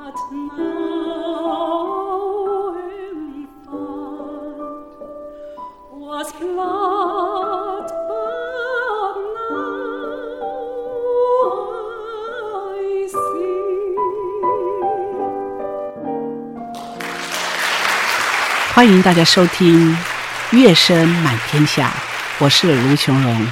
欢迎大家收听《乐声满天下》，我是卢琼荣。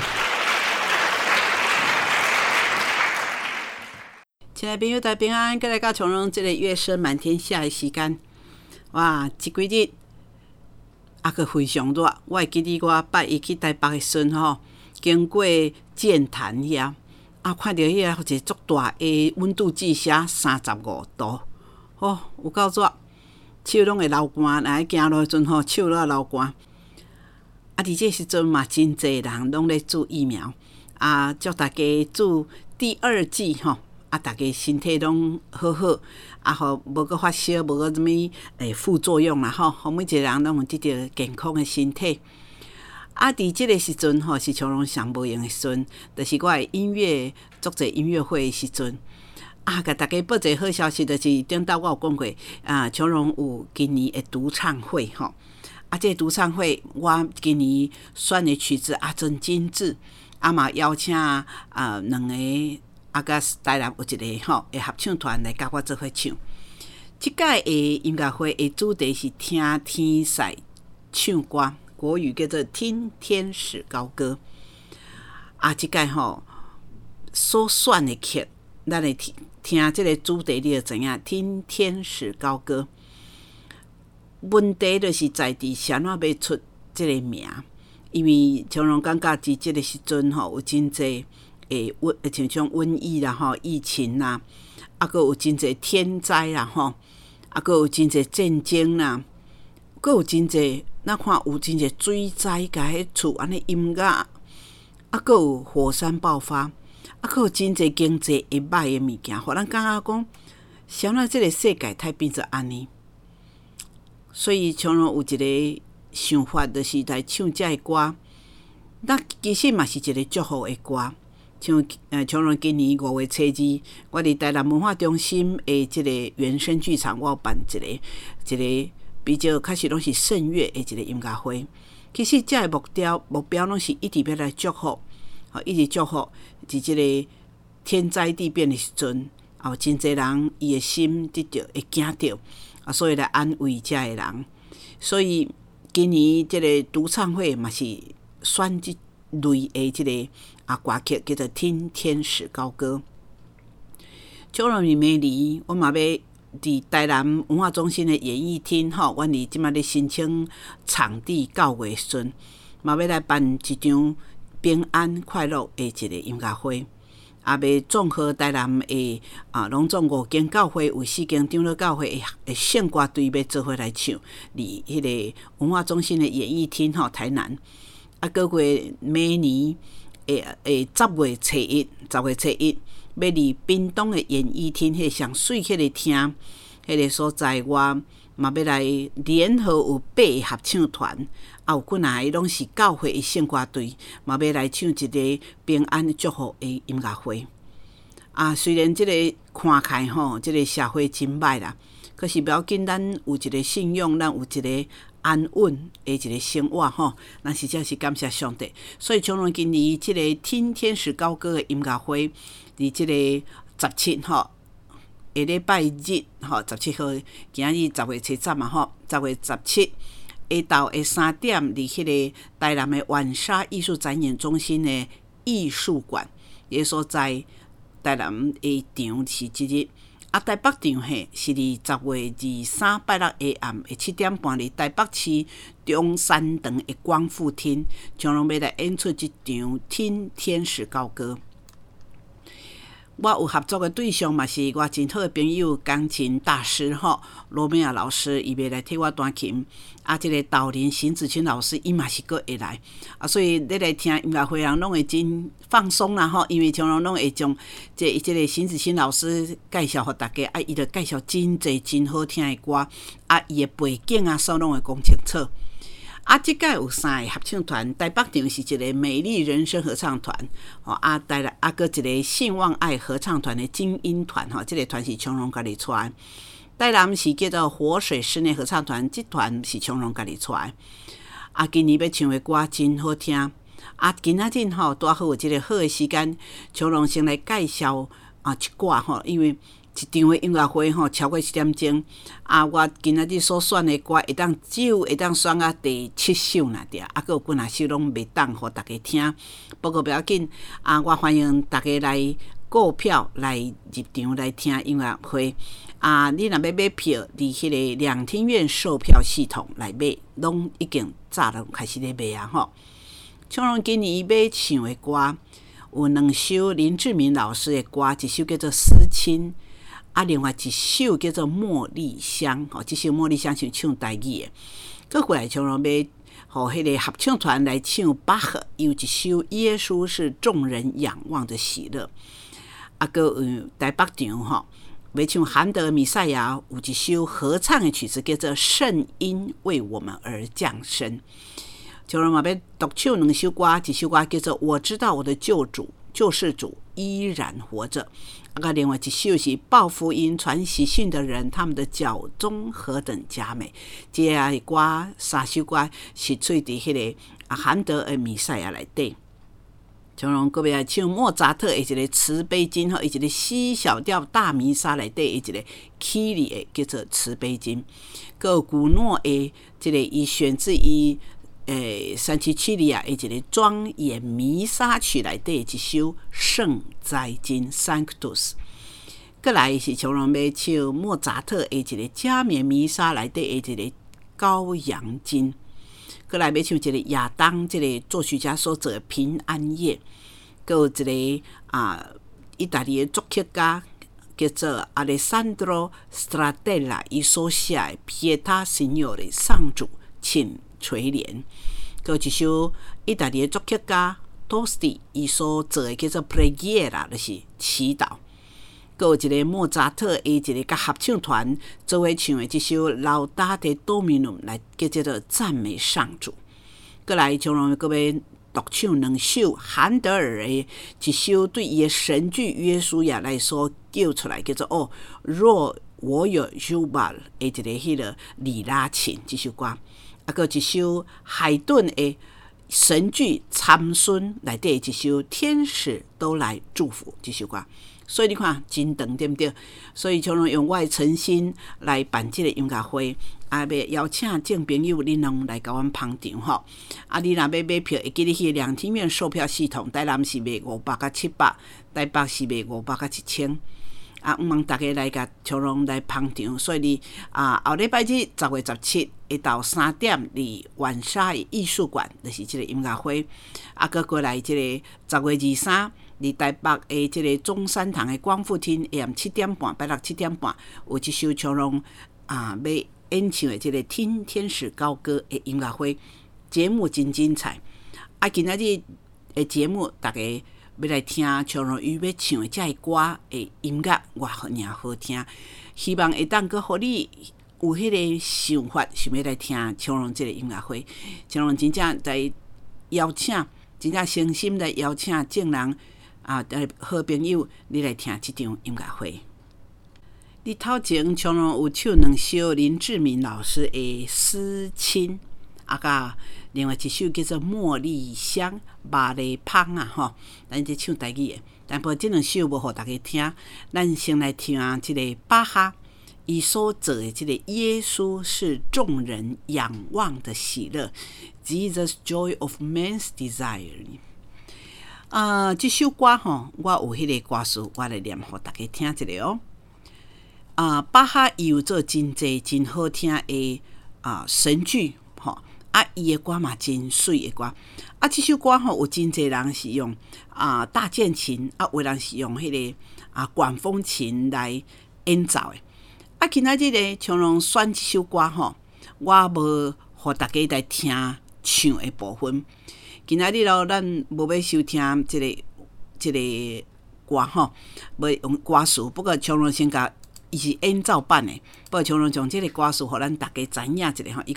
亲爱的朋友，大家平安，再来到琼荣这个《乐声满天下》的时间。哇，这几日还非常热。我会记得我拜一去台北的时候，经过剑潭遐，看到遐一个足大的温度计写35度，有够热。手拢会流汗，来行路的时阵手拢会流汗。而这时阵嘛，真侪人拢咧注疫苗，祝大家注第二剂大家身体拢好好，无个发烧，无个什么副作用啦每一个人拢有得到健康的身体。伫这个时阵是像拢上无用的时阵，就是我的音乐做者音乐会的时阵。甲大家报一个好消息，就是顶到我有讲过，琼荣有今年的独唱会这个独唱会我今年选的曲子真精致，嘛邀请两个甲台南有一个的合唱团来甲我做伙唱。这届的音乐会的主题是听天使唱歌，国语叫做《听天使高歌》。这届所选的曲，咱来听这个主题，你就知影听天使高歌。问题就是在伫啥怎要出这个名，因为像侬感觉伫这个时阵有真侪像像瘟疫啦疫情啦，还有真侪天灾啦还有真侪战争啦，还有真侪咱看有真侪水灾，甲迄厝安尼淹甲，还有火山爆发。还有真侪经济会歹的物件，互咱感觉讲，啥那这个世界太变做安尼。所以像有一个想法，就是来唱这个歌，那其实嘛是一个祝福的歌。像今年5月初2，我伫台南文化中心的这个原声剧场，我有办一个比较开始拢是圣乐的一个音乐会。其实这个目标拢是一直要来祝福。一直祝福，伫即个天灾地变的时阵，真侪人伊的心得到会惊到，所以来安慰遮个人。所以今年即个独唱会嘛是选即类的即个歌曲，叫做《听天使高歌》。像我明年我嘛要伫台南文化中心的演艺厅阮伫即马咧申请场地9月时阵，嘛要来办一场平安快乐的一个音乐会，要综合台南的拢总5间教会，有4间长老教会的圣歌队要做伙来唱，伫迄个文化中心的演艺厅台南。个月每年10月初1要伫屏东的演艺厅，迄上水迄个厅，迄个所在我嘛要来联合有8个合唱团，有几若拢是教会的圣歌队，嘛要来唱一个平安祝福的音乐会。虽然这个看起来这个社会真歹啦，可是不要紧，咱有一个信用，咱有一个安稳的一个生活咱实在是感谢上帝。所以像阮今年这个听天使高歌的音乐会，伫这个17下礼拜日17号，今日10月初3嘛10月17下昼3点，伫迄个台南的晚沙艺术展演中心的艺术馆，也所在台南的场是即日。台北场是伫10月23拜六下暗的7点半，伫台北市中山堂的光复厅，将拢要来演出即场听天使高歌。我有合作的对象嘛是我真好的朋友，钢琴大师罗美亚老师，伊要来替我弹琴。这个导林邢子清老师，伊嘛是阁会来。所以你来听音乐会人拢会真放松啦因为像拢会将这个邢子清老师介绍给大家，伊就介绍真侪真好听的歌，伊的背景所拢会讲清楚。 即届有3个合唱团，台北场是一个美丽人生合唱团，再来搁一个信望爱合唱团的精英团，这个团是长荣家己出来。台南是叫做活水室内合唱团，这团是长荣家己出来。今年要唱的歌真好听。今仔日拄好有这个好的时间，长荣先来介绍一歌因为一场的音乐会超过7点钟。我今仔日所选的歌只有会当选到第7首啦，对还有几首拢袂当互大家听。不过不要紧，我欢迎大家来购票来入场来听音乐会。你若要买票，伫迄个两厅院售票系统来买，拢已经早就开始咧卖啊！长荣今年要唱的歌有2首林志明老师的歌，一首叫做《思亲》，另外一首叫做《茉莉香》。这首《茉莉香》是唱台语的。搁过来，长荣要互迄个合唱团来唱巴赫，有一首《耶稣是众人仰望的喜乐》。搁有台北场要唱韩德弥赛亚，有一首合唱的曲子叫做《圣婴为我们而降生》。长荣嘛要独唱2首歌，一首歌叫做《我知道我的救世主依然活着》，另外一首是报福音传喜讯的人，他们的脚中何等佳美。这下的歌3首歌是出伫迄个韩德的弥赛亚内底。长荣搁要唱莫扎特的一个慈悲经，以及一个 C 小调大弥撒内底的一个起里的叫做慈悲经。搁有古诺的这个伊选自伊三七七里的一个庄严弥撒曲内底一首圣哉经 Sanctus。搁来是长荣要唱莫扎特的一个加冕弥撒内底的一个羔羊经。搁来要唱一个亚当这个作曲家所做的平安夜。搁有一个意大利的作曲家叫做 Alessandro Stradella 伊所写的 Pietà Signore 上主请垂怜。搁有一首意大利的作曲家 Tosti 伊所做的叫做 Preghiera 就是祈祷。搁有一个莫扎特的一个甲合唱团做伙唱的这首 Laudate Dominum 来叫做赞美上主。搁来长荣搁要独唱2首韩德尔的一首对伊的神剧约书亚来所叫出来，叫做若我有 Jubal 的一个迄个里拉琴这首歌。搁一首海顿的神剧参孙内底一首天使都来祝福这首歌。所以你看真长对不对？所以长荣用我的诚心来办这个音乐会，要邀请众朋友恁拢来甲阮捧场你若要买票，会记得迄个两厅院售票系统，台南是卖500到700，台北是卖500到1000。毋茫大家来甲长荣来捧场，所以你后礼拜日10月17日到3点，伫万沙艺术馆，就是这个音乐会。搁过来这个10月23。伫台北的这个中山堂的光复厅，下午7点半，拜六7点半，有一首长荣要演唱的这个《听天使高歌》的音乐会，节目真精彩。今仔日的节目，大家要来听长荣伊要唱的这歌的音乐，哇，尔好听。希望会当互你有迄个想法，想要来听长荣这个音乐会。长荣真正来邀请，真正诚心来邀请众人。好朋友，你来听这场音乐会。你头前长荣有唱2首林志明老师的《思亲》，另外一首叫做《茉莉香》马丽芳咱这唱台语的，但不过这2首无互大家听。咱先来听这个巴哈伊所做的这个《耶稣是众人仰望的喜乐》，Jesus Joy of Man's Desire。这首歌我有迄个歌词，我来念互大家听一下巴哈伊有做真济真好听的神剧伊的歌嘛真水的歌这首歌有真济人是用大键琴有人是用迄个管风琴来演奏的今仔日咧长荣选这首歌我无互大家来听唱的部分。今仔日咱无要收听这个歌无用歌词，不过长荣伊是演奏版的，不过长荣将这个歌词互咱大家知影一下伊讲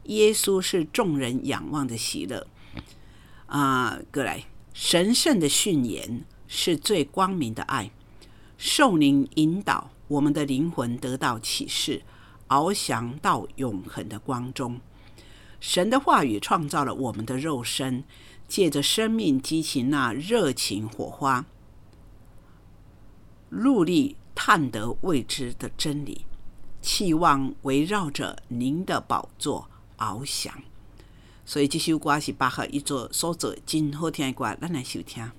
耶稣是众人仰望的喜乐。过来，神圣的训言是最光明的爱，受灵引导，我们的灵魂得到启示，翱翔到永恒的光中。神的话语创造了我们的肉身，借着生命激起那热情火花，努力探得未知的真理，期望围绕着您的宝座翱翔。所以这首歌是巴赫伊所做真好听的歌，咱来收听。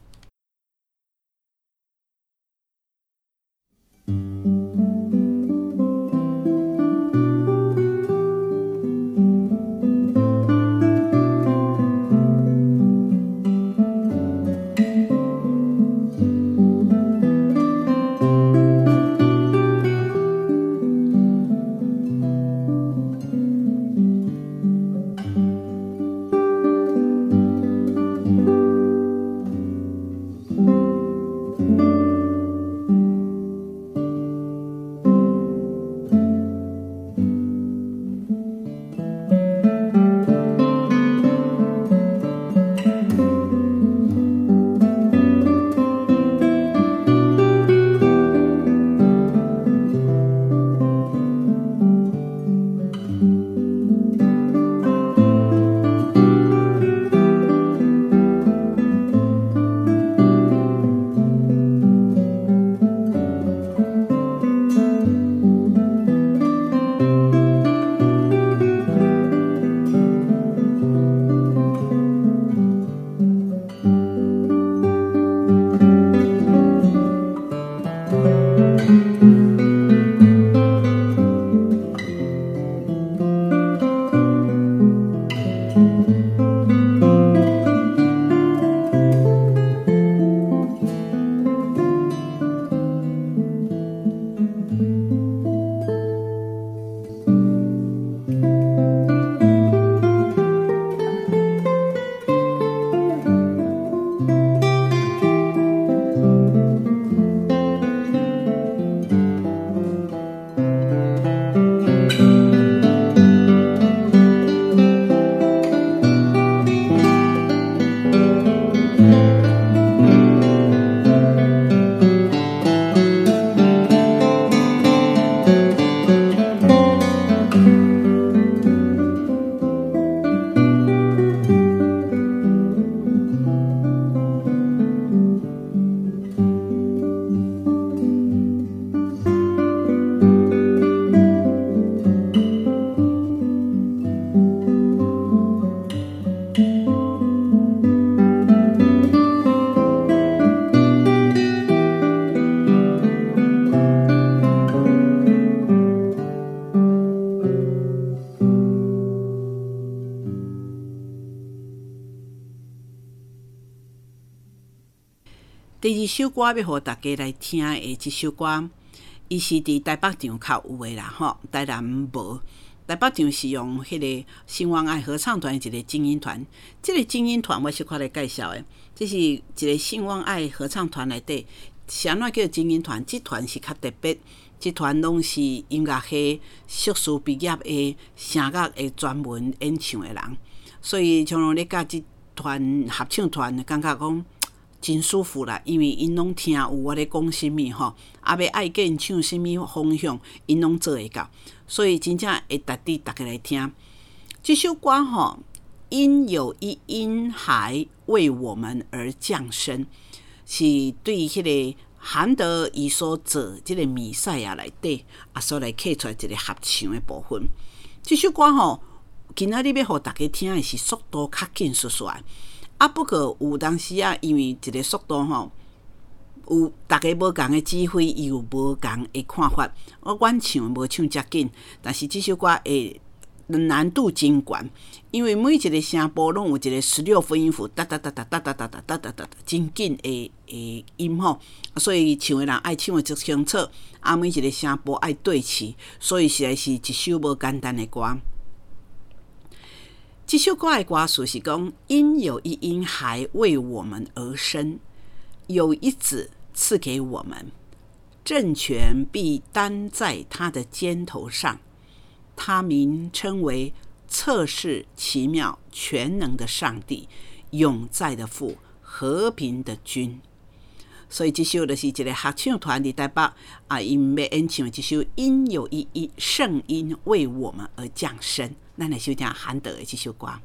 第二首歌要互大家来听的这首歌，伊是伫台北场较有的啦吼，台南无。台北场是用迄个兴旺爱合唱团一个精英团，这个精英团我小可来介绍的，这是一个兴旺爱合唱团内底，啥物叫精英团？这团是较特别，这团拢是音乐系硕士毕业的声乐的专门演唱的人，所以像拢咧甲这团合唱团，感觉讲真舒服啦，因为因拢听有我咧讲啥物吼，啊要爱见唱啥物方向，因拢做会到，所以真正会值得大家来听。这首歌吼，因有一婴孩为我们而降生，是对迄个韩德伊所做即个弥赛亚内底所来刻出来一个合唱的部分。这首歌吼，今仔日要互大家听的是速度较紧速速的。不过有当时因为一个速度吼，有大家无共的指挥，伊有无共的看法。阮唱无唱遮紧，但是这首歌会难度真悬，因为每一个声部拢有一个16分音符，哒哒哒哒哒哒哒哒哒哒哒，真紧的音吼，所以唱的人爱唱的足清楚，每一个声部爱对齐，所以实在是一首无简单的歌。这首歌的歌词是讲：因有一婴孩为我们而生，有一子赐给我们，政权必担在他的肩头上，他名称为测试奇妙全能的上帝，永在的父，和平的君。所以这首就是一个合唱团伫台北因要演唱这首音有意义，圣音为我们而降生。咱来收听韩德的这首歌。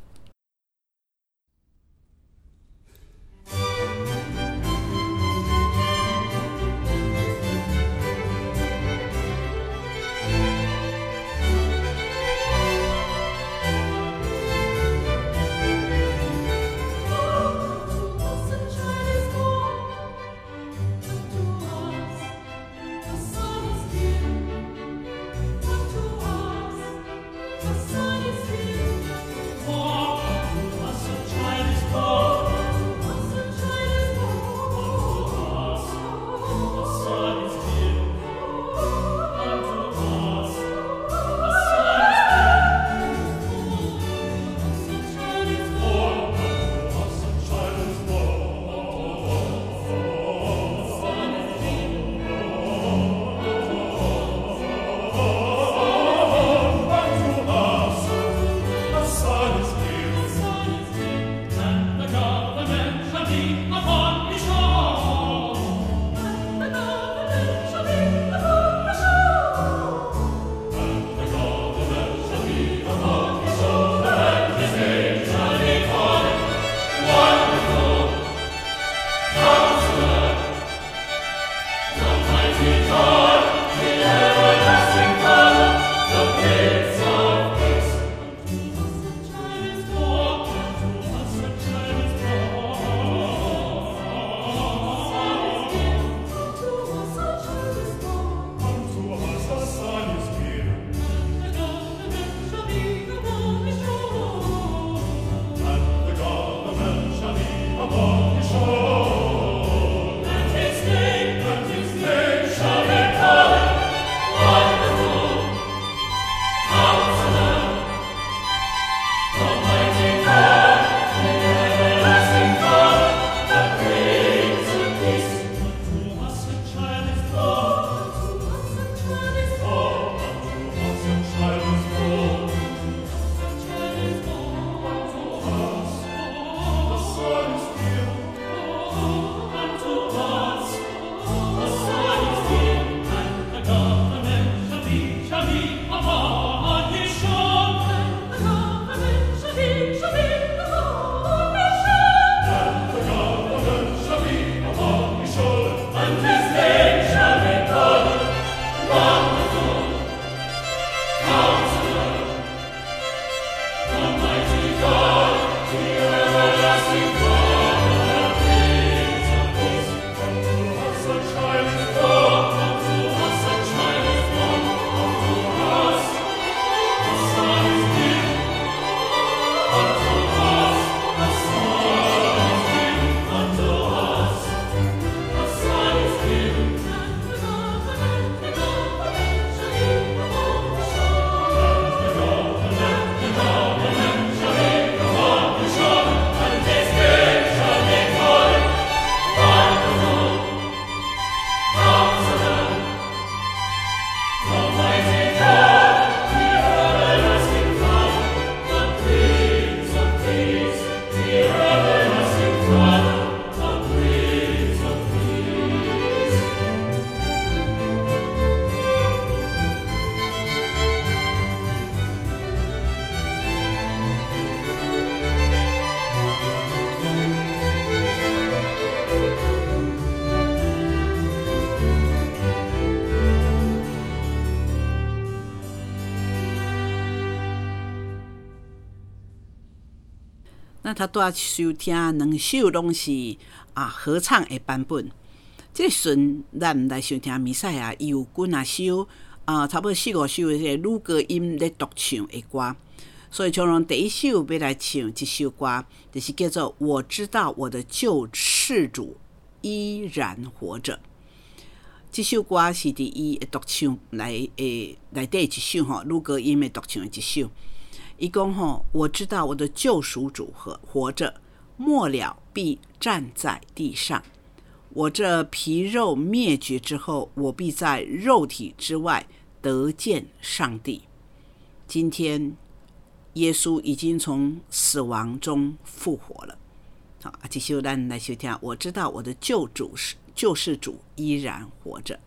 咱头拄仔收听两首拢是合唱的版本。这个时阵，咱毋来收听弥赛亚，伊有几若首差不多4-5首的女高音咧独唱的歌。所以，像第一首要来唱这首歌，就是叫做《我知道我的救世主依然活着》。这首歌是伫伊的独唱内底一首女高音的独唱的一首。伊讲我知道我的救赎主活着，末了必站在地上。我这皮肉灭绝之后，我必在肉体之外得见上帝。今天耶稣已经从死亡中复活了。好，这首咱来收听。我知道我的救世主依然活着。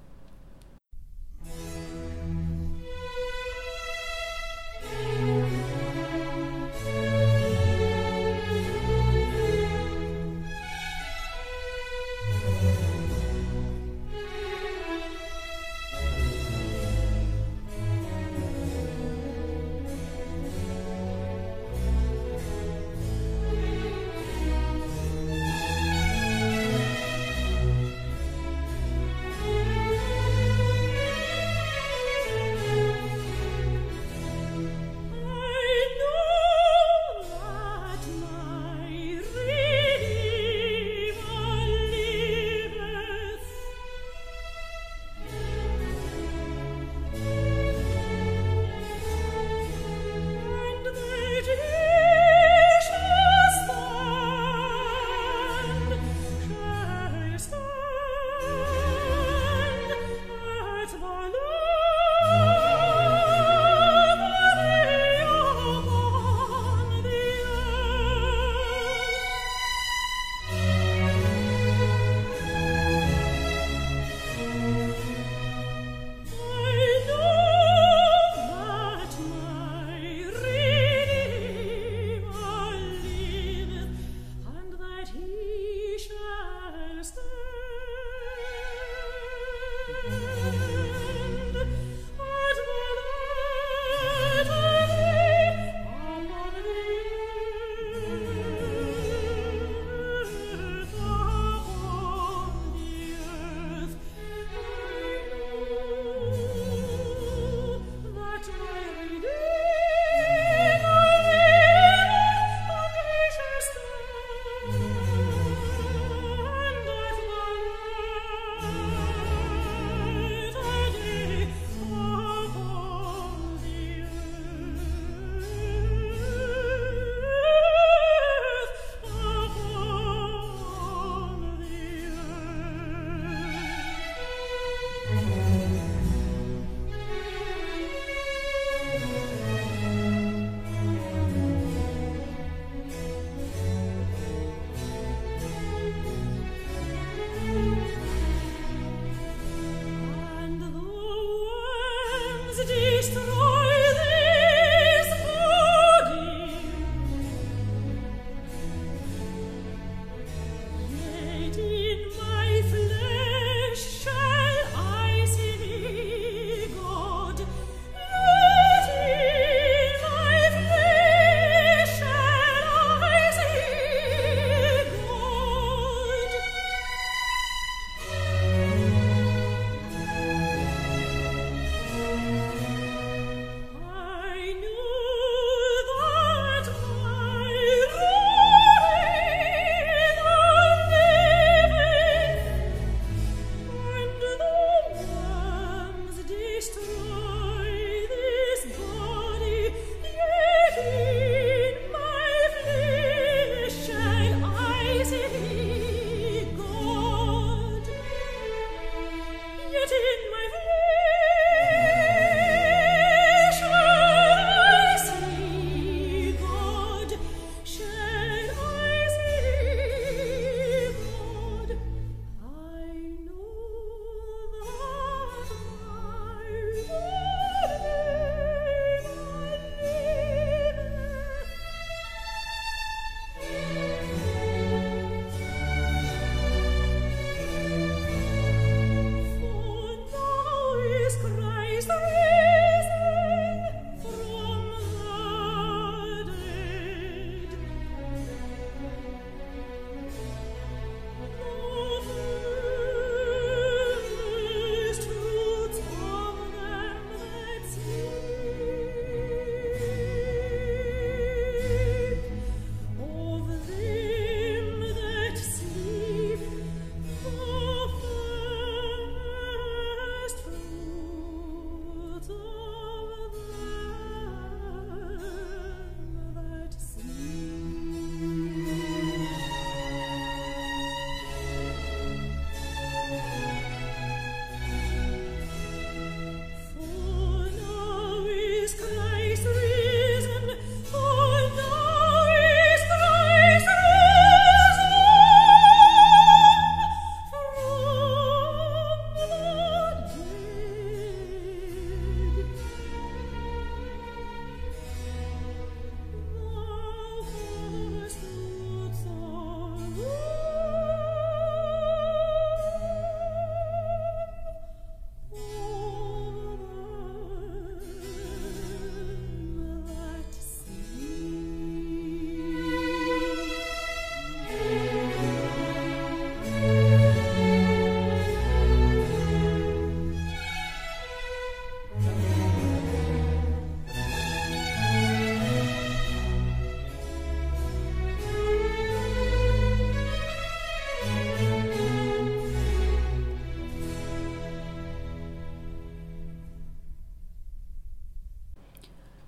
Oh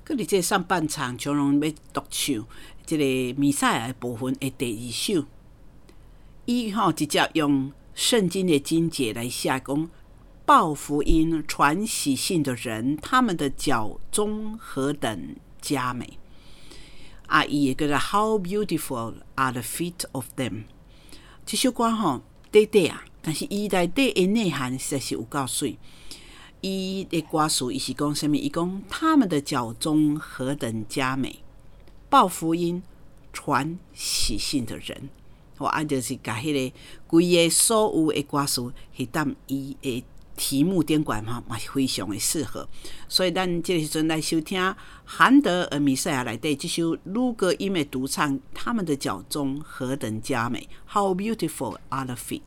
搁伫这上半场，长荣要独唱这个弥赛亚的部分的第2首，伊直接用圣经的经节来写讲，报福音、传喜信的人，他们的脚中何等佳美！伊会叫做 How beautiful are the feet of them。这首歌短短但是伊内底的内涵实在是有够水。伊的歌词伊是讲什么？伊讲他们的脚中何等佳美，报福音、传喜信的人。就是把迄个规个所有的歌词去当伊的题目顶管嘛是非常的适合。所以咱这个时阵来收听韩德尔弥赛亚内底这首女歌音的独唱，他们的脚中何等佳美 ，How beautiful are the feet。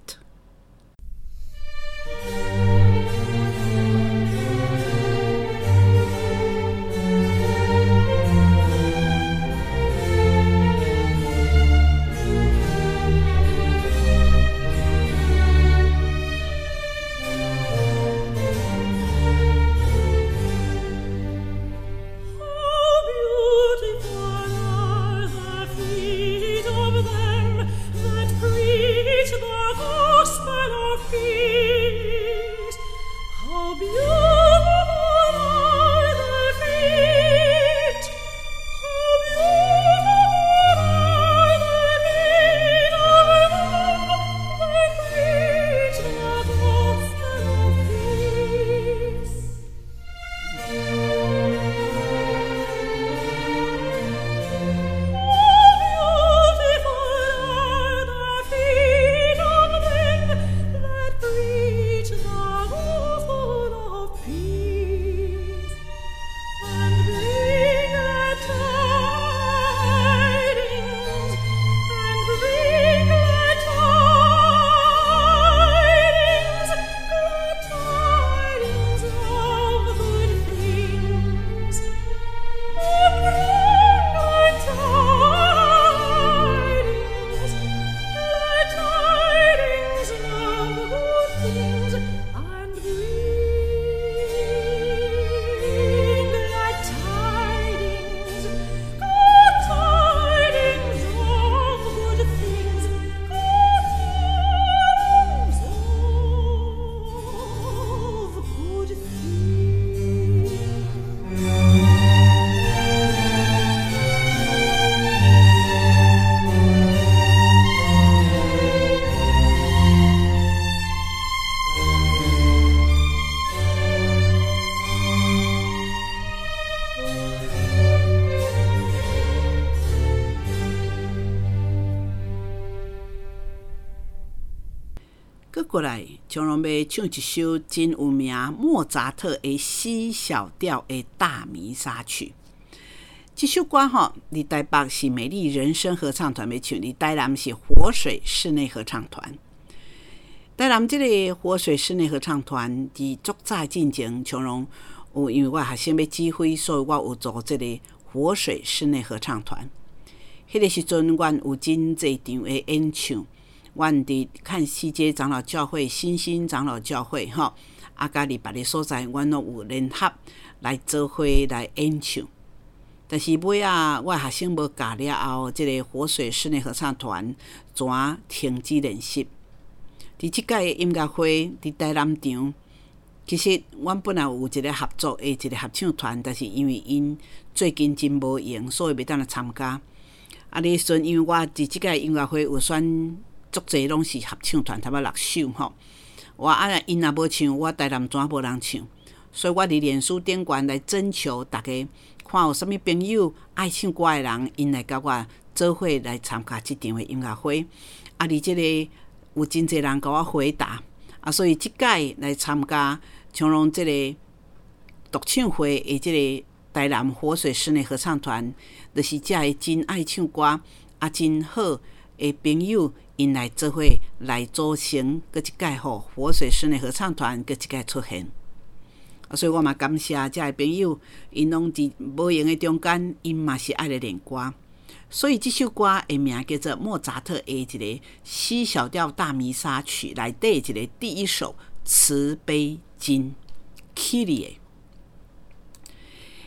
过来，长荣要唱一首真有名莫扎特的 C 小调的大弥撒曲。这首歌伫台北是美丽人生合唱团要唱，伫台南是活水室内合唱团。台南这个活水室内合唱团伫足早进前，长荣因为我学生要指挥，所以我有做这个活水室内合唱团。迄个时阵，阮有真侪场的演唱。阮伫看西街长老教会、新兴长老教会甲伫别个所在，阮拢有联合来做伙来演唱。但是尾我学生无教了后，这个活水室内合唱团全停止练习。伫即届的音乐会伫台南场，其实阮本来有一个合作的一个合唱团，但是因为因最近真无闲，所以袂当来参加。你时因为我伫即届音乐会有选足侪拢是合唱团，差不多6首因若无唱，我台南怎无人唱？所以我伫脸书顶悬来征求大家，看有啥物朋友爱唱歌的人，因来甲我做伙来参加即场的音乐会。而即个有真侪人甲我回答，所以即届来参加长荣即个独唱会的即个台南活水室内合唱团，就是遮个真爱唱歌真好的朋友。因来做伙来组成，搁一届活水室内合唱团，搁一届出现。所以我嘛感谢这些朋友，因拢伫无闲的中间，因嘛是爱来练歌。所以这首歌的名叫做莫扎特的一个 C 小调大弥撒曲内底一个第一首慈悲经 Kyrie。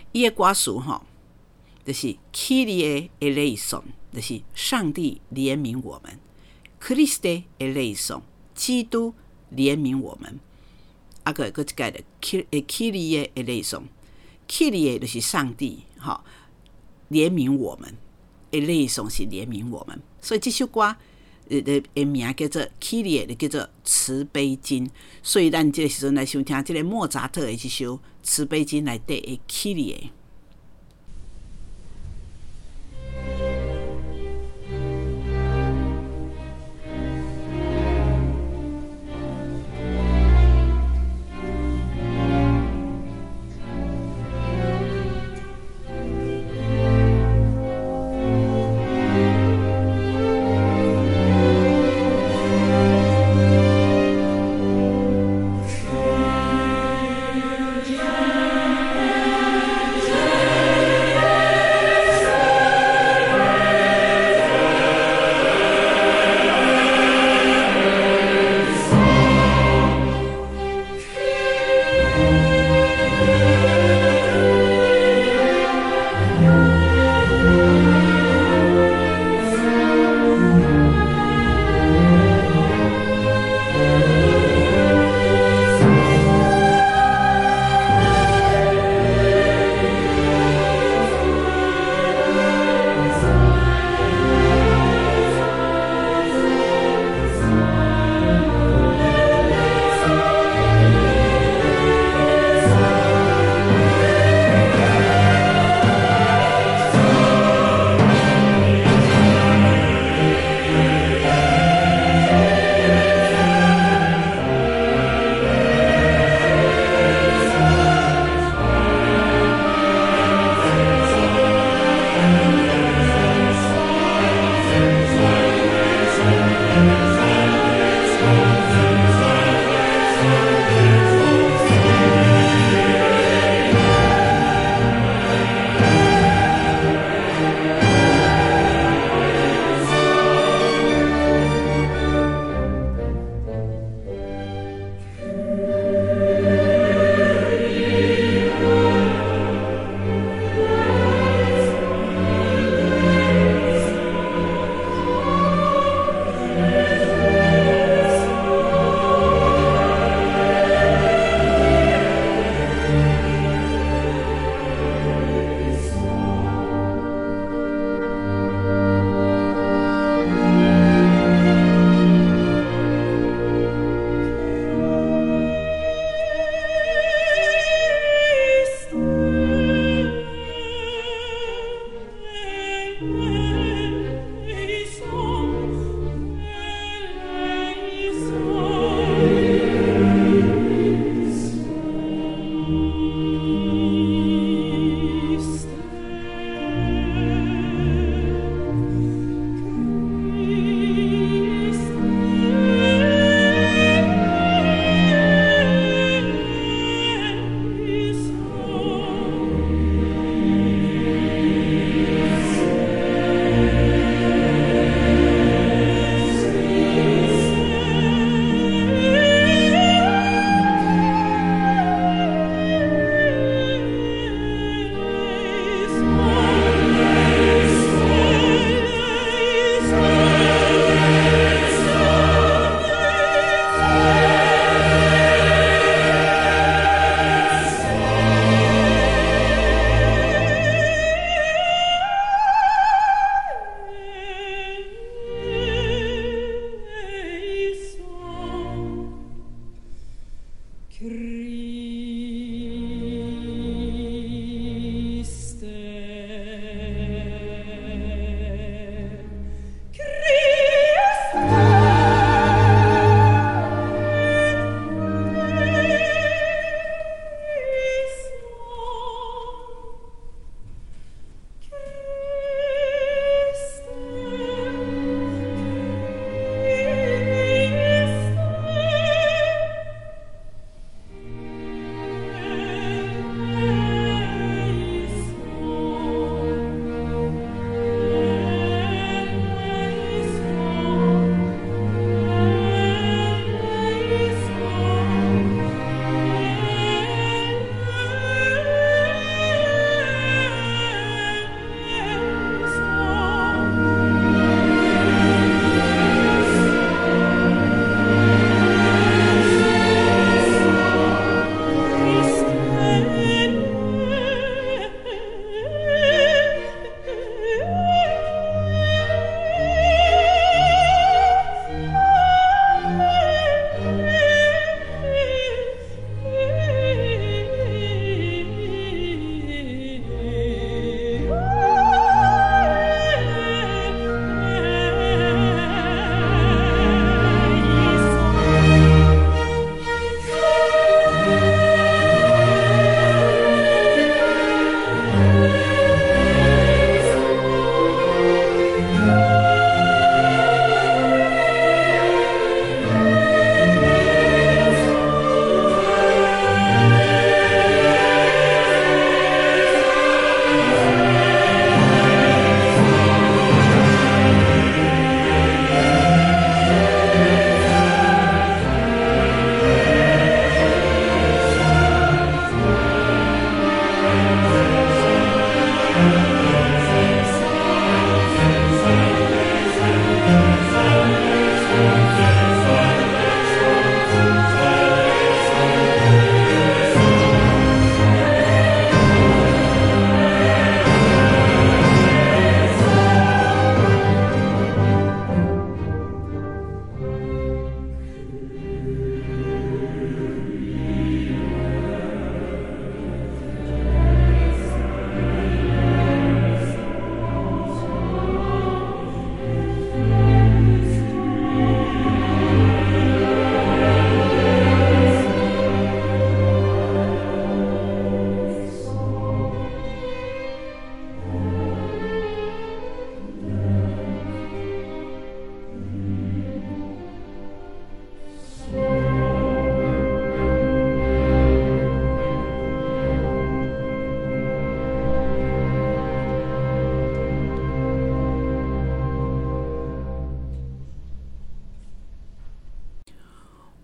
伊的歌词吼，就是 Kyrie eleison， 就是上帝怜悯我们 ，Christe eleison， 基督怜悯我们。啊个一个的 Kyrie eleison，Kyrie 就是上帝吼怜悯我们 ，eleison 是怜悯我们，所以这首歌的名叫做 Kyrie， 叫做慈悲经。所以咱这个时阵来收听这个莫扎特的这首慈悲经内底的 Kyrie。 Yeah.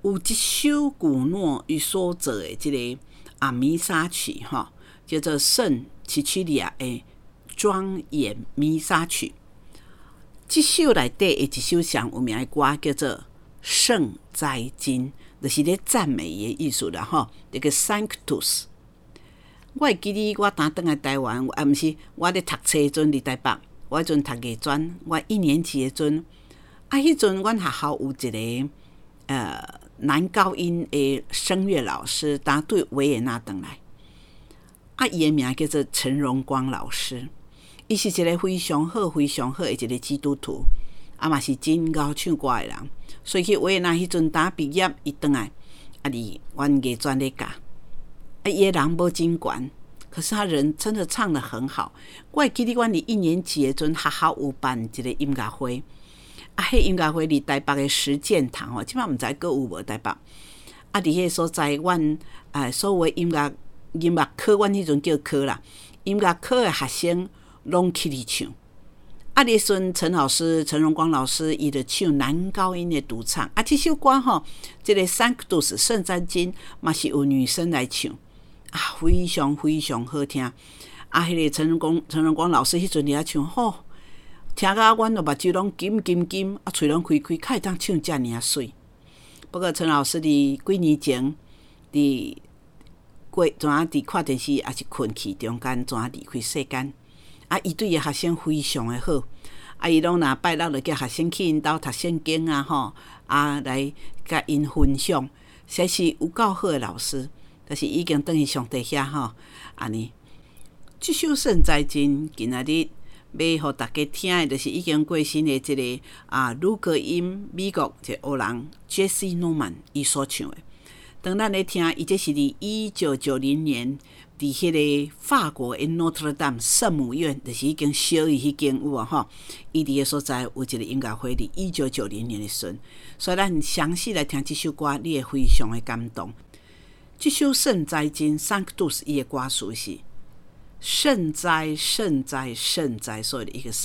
有一首古诺伊所做的这个弥撒曲叫做圣齐驱利亚的庄严弥撒曲。这首内底的一首上有名的歌叫做圣哉经，就是咧赞美的意思啦这个 Sanctus。我会记得我当回来台湾，不是我咧读册的时候伫台北，我迄阵读艺专，我1年级的时候，迄阵阮学校有一个男高音的声乐老师，当对维也纳回来，伊的名叫做陈荣光老师，伊是一个非常好的一个基督徒，嘛是真够唱歌的人，所以去维也纳迄阵当毕业，伊回来，伫阮艺专咧教。伊的人无真悬，可是他人真的唱得很好。我会记得阮伫1年级的时阵，学校有办一个音乐会，迄音乐会伫台北的实践堂即摆毋知阁有无台北。伫迄个所在，阮所有的音乐科，阮迄阵叫科啦，音乐科的学生拢起嚟唱。迄阵陈荣光老师伊就唱男高音的独唱。这首歌这个 Sanctus 圣哉经嘛是有女生来唱。非常好听。迄个陈荣光老师迄阵伫遐唱，听到阮目睭拢金，嘴拢开，较会当唱遮尔水。不过陈老师伫几年前，伫看电视也是困去，中间离开世间。伊对伊学生非常的好，伊拢若拜六就叫学生去因兜读圣经来甲因分享，实是有够好的老师。但是已经转去上帝遐安尼。这首圣哉经今仔日要互大家听的，就是已经过身的这个鲁格音美国一个黑人 Jesse Norman 伊所唱的。当咱咧听，伊这是伫1990年伫迄个法国的 Notre Dame 圣母院，就是已经烧伊迄间有伊伫个所在有一个音乐会，伫1990年的时阵，所以咱详细来听这首歌，你会非常的感动。这首圣哉经 Sanctus 伊的歌词是圣哉，所以一个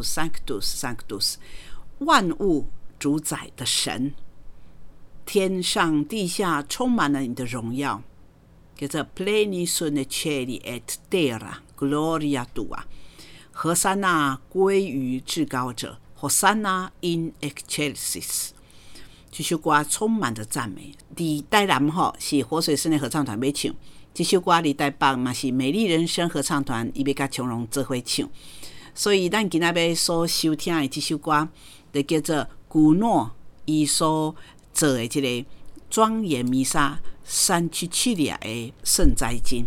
Sanctus， 万物主宰的神，天上地下充满了你的荣耀，叫做 Plenitude Celi et Terra Gloria Tua， 和散那归于至高者，和散那 in excelsis。这首歌充满着赞美。伫台南是活水室内合唱团要唱，这首歌伫台北嘛是美丽人生合唱团伊要甲琼荣做伙唱。所以咱今仔要所收听的这首歌，就叫做古诺伊所做的这个庄严弥撒圣齐驱利亚的圣哉经。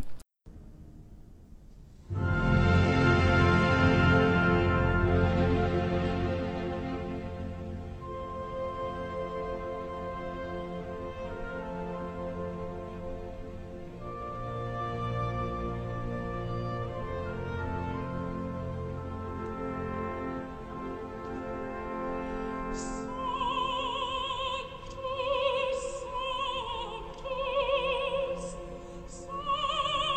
Sanctus,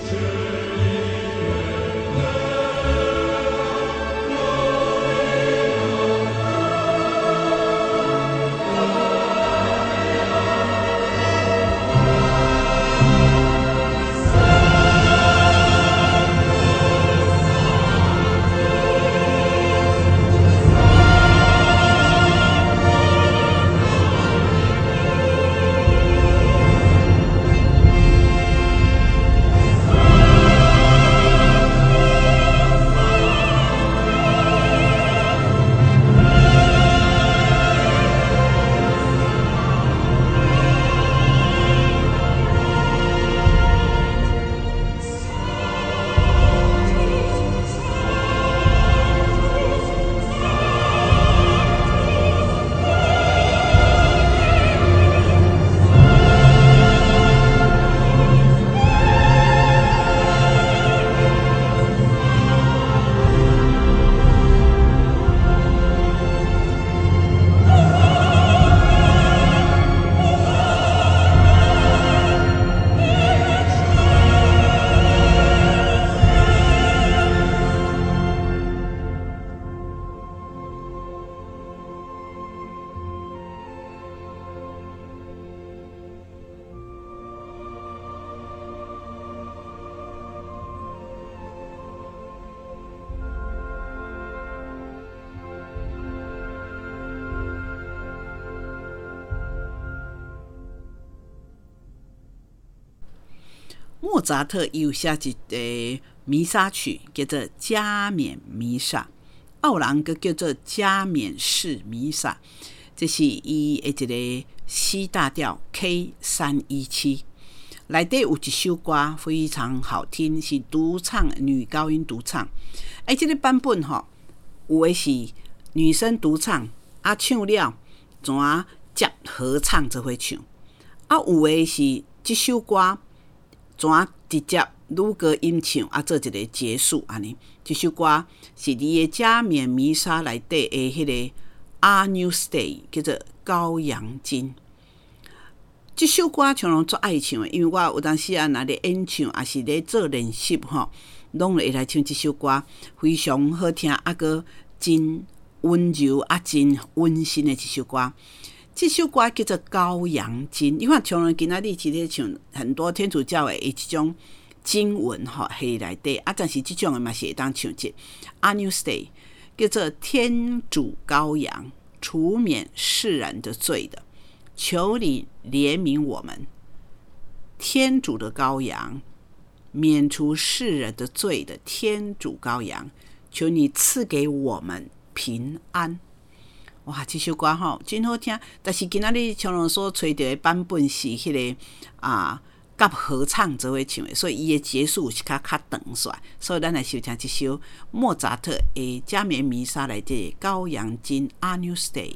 莫扎特有写一个弥撒曲，叫做《加冕弥撒》，奥人个叫做《加冕式弥撒》，这是伊的一个 C 大调 K317，内底有一首歌非常好听，是独唱女高音独唱。这个版本有的是女生独唱，唱了怎接合唱做伙唱，有的是这首歌。怎直接女高音唱做一个结束安尼？这首歌是你的加冕弥撒内底的迄个 Agnus Dei， 叫做羔羊经。这首歌像人最爱唱的，因为我有当时若咧演唱，也是咧做练习拢会来唱这首歌，非常好听，个真温柔真温馨的这首歌。这首歌叫做《羔羊经》，你看像人今仔日是咧唱很多天主教的这种经文系内底，但是这种的嘛是会当唱一 Agnus Dei， 叫做天主羔羊，除免世人的罪的，求你怜悯我们，天主的羔羊，免除世人的罪的天主羔羊，求你赐给我们平安。哇，这首歌真好听，但是今仔日像人所吹到的版本是迄个甲合唱做伙唱的，所以伊的结束是较长煞，所以咱来收听这首莫扎特的加冕弥撒内底的羔羊经 Agnus Dei。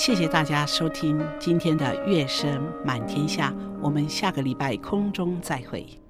谢谢大家收听今天的乐声满天下，我们下个礼拜空中再会。